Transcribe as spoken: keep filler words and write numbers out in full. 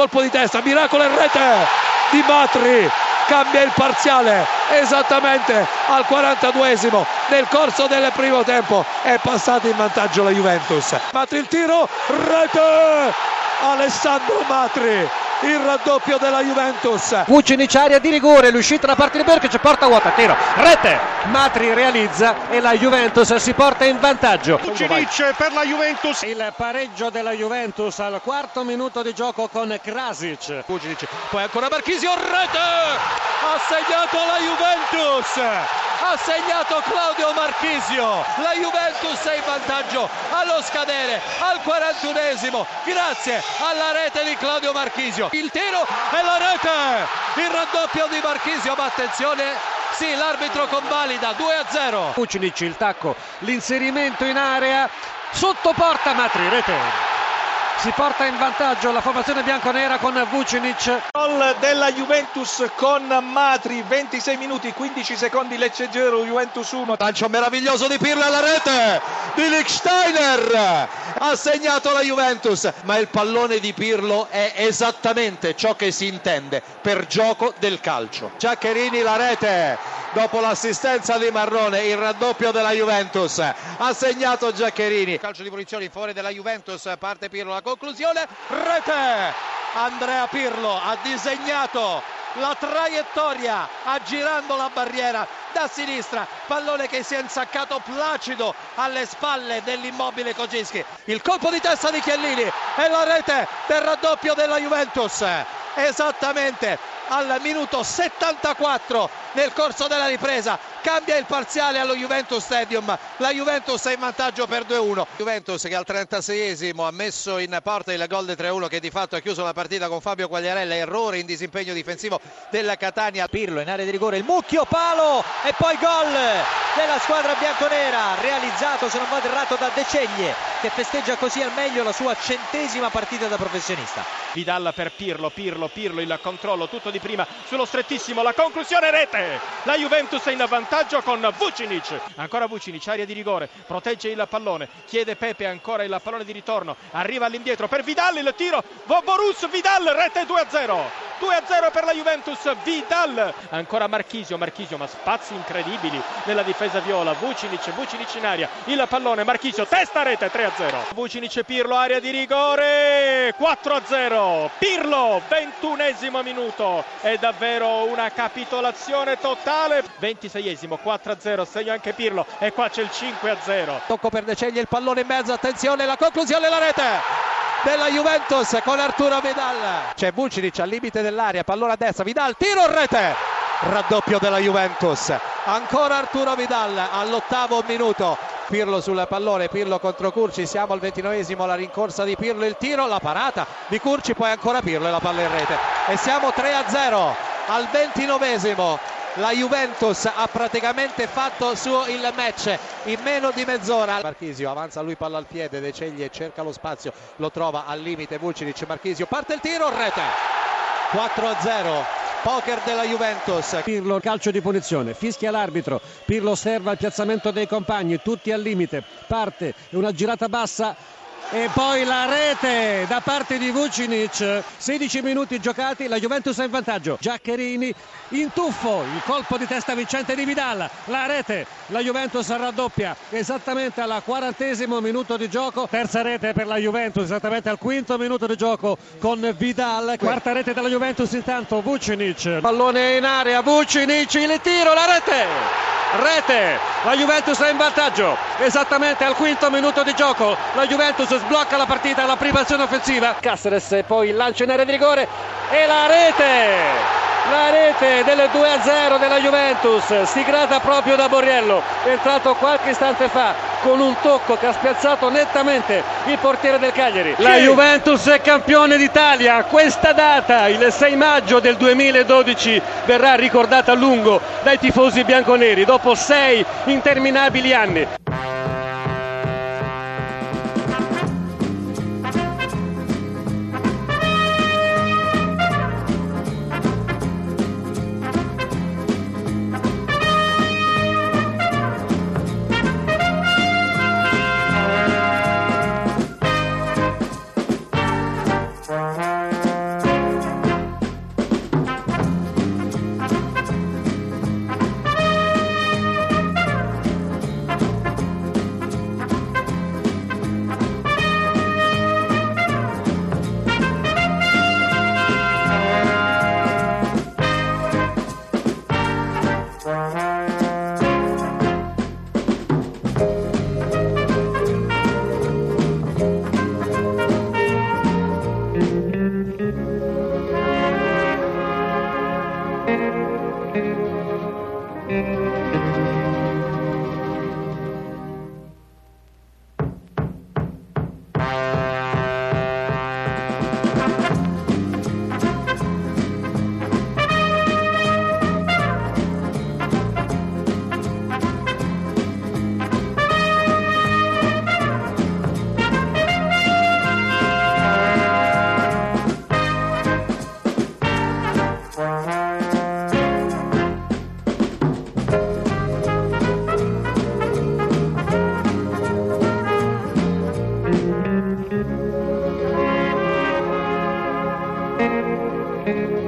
colpo di testa, miracolo e rete di Matri, cambia il parziale esattamente al quarantaduesimo. Nel corso del primo tempo è passata in vantaggio la Juventus. Matri il tiro, rete, Alessandro Matri, il raddoppio della Juventus. Vucinic, area di rigore, l'uscita da parte di Berkic, porta vuota, tiro, rete, Matri realizza e la Juventus si porta in vantaggio. Vucinic per la Juventus. Il pareggio della Juventus al quarto minuto di gioco con Krasic. Vucinic, poi ancora Marchisio, rete, ha segnato la Juventus, ha segnato Claudio Marchisio, la Juventus è in vantaggio allo scadere al quarantunesimo grazie alla rete di Claudio Marchisio. Il tiro e la rete, il raddoppio di Marchisio, ma attenzione, sì, l'arbitro convalida, due a zero. Vucinic, il tacco, l'inserimento in area, sotto porta Matri, rete. Si porta in vantaggio la formazione bianconera con Vucinic. Gol della Juventus con Matri, ventisei minuti, quindici secondi, Lecce zero, Juventus uno. Lancio meraviglioso di Pirlo alla rete di Lichtsteiner, ha segnato la Juventus, ma il pallone di Pirlo è esattamente ciò che si intende per gioco del calcio. Giaccherini, la rete, dopo l'assistenza di Marrone, il raddoppio della Juventus, ha segnato Giaccherini. Calcio di punizione in favore della Juventus, parte Pirlo, la conclusione, rete, Andrea Pirlo ha disegnato la traiettoria aggirando la barriera da sinistra, pallone che si è insaccato placido alle spalle dell'immobile Kozinski. Il colpo di testa di Chiellini e la rete del raddoppio della Juventus esattamente al minuto settantaquattro nel corso della ripresa. Cambia il parziale allo Juventus Stadium, la Juventus è in vantaggio per due a uno. Juventus che al trentaseiesimo ha messo in porta il gol del tre a uno che di fatto ha chiuso la partita con Fabio Quagliarella, errore in disimpegno difensivo della Catania. Pirlo in area di rigore, il mucchio, palo e poi gol della squadra bianconera, realizzato se non vado errato da De Ceglie, che festeggia così al meglio la sua centesima partita da professionista. Vidal per Pirlo, Pirlo, Pirlo, il controllo tutto di prima sullo strettissimo, la conclusione, rete, la Juventus è in vantaggio con Vucinic, ancora Vucinic, area di rigore, protegge il pallone, chiede Pepe ancora il pallone di ritorno, arriva all'indietro per Vidal, il tiro, Borus, Vidal, rete, due a zero, due a zero per la Juventus, Vidal, ancora Marchisio, Marchisio, ma spazi incredibili nella difesa viola, Vucinic, Vucinic in aria, il pallone, Marchisio, testa, rete, tre a zero, Vucinic e Pirlo, area di rigore, quattro a zero, Pirlo, ventunesimo minuto, è davvero una capitolazione totale. ventiseiesimo, quattro a zero, segna anche Pirlo e qua c'è il cinque a zero. Tocco per De Ceglie, il pallone in mezzo, attenzione, la conclusione, la rete della Juventus con Arturo Vidal. C'è Vucinic al limite dell'area, pallone a destra, Vidal, tiro, rete, raddoppio della Juventus. Ancora Arturo Vidal all'ottavo minuto. Pirlo sul pallone, Pirlo contro Curci, siamo al ventinovesimo, la rincorsa di Pirlo, il tiro, la parata di Curci, poi ancora Pirlo e la palla in rete. E siamo tre a zero al ventinovesimo. La Juventus ha praticamente fatto su il match in meno di mezz'ora. Marchisio avanza, lui palla al piede, De Ceglie cerca lo spazio, lo trova al limite Vucinic, Marchisio, parte il tiro, rete, quattro a zero. Poker della Juventus. Pirlo, calcio di punizione, fischia l'arbitro, Pirlo osserva il piazzamento dei compagni, tutti al limite, parte, una girata bassa e poi la rete da parte di Vucinic. Sedici minuti giocati, la Juventus è in vantaggio. Giaccherini in tuffo, il colpo di testa vincente di Vidal, la rete, la Juventus raddoppia esattamente al quarantesimo minuto di gioco, terza rete per la Juventus esattamente al quinto minuto di gioco con Vidal, quarta rete della Juventus. Intanto Vucinic, pallone in area, Vucinic, il tiro, la rete, rete, la Juventus è in vantaggio esattamente al quinto minuto di gioco. La Juventus sblocca la partita, la prima azione offensiva, Cáceres, poi il lancio in area di rigore e la rete, la rete del due a zero della Juventus, siglata proprio da Borriello, è entrato qualche istante fa con un tocco che ha spiazzato nettamente il portiere del Cagliari. La Juventus è campione d'Italia, questa data, il sei maggio del duemiladodici, verrà ricordata a lungo dai tifosi bianconeri dopo sei interminabili anni. Thank you.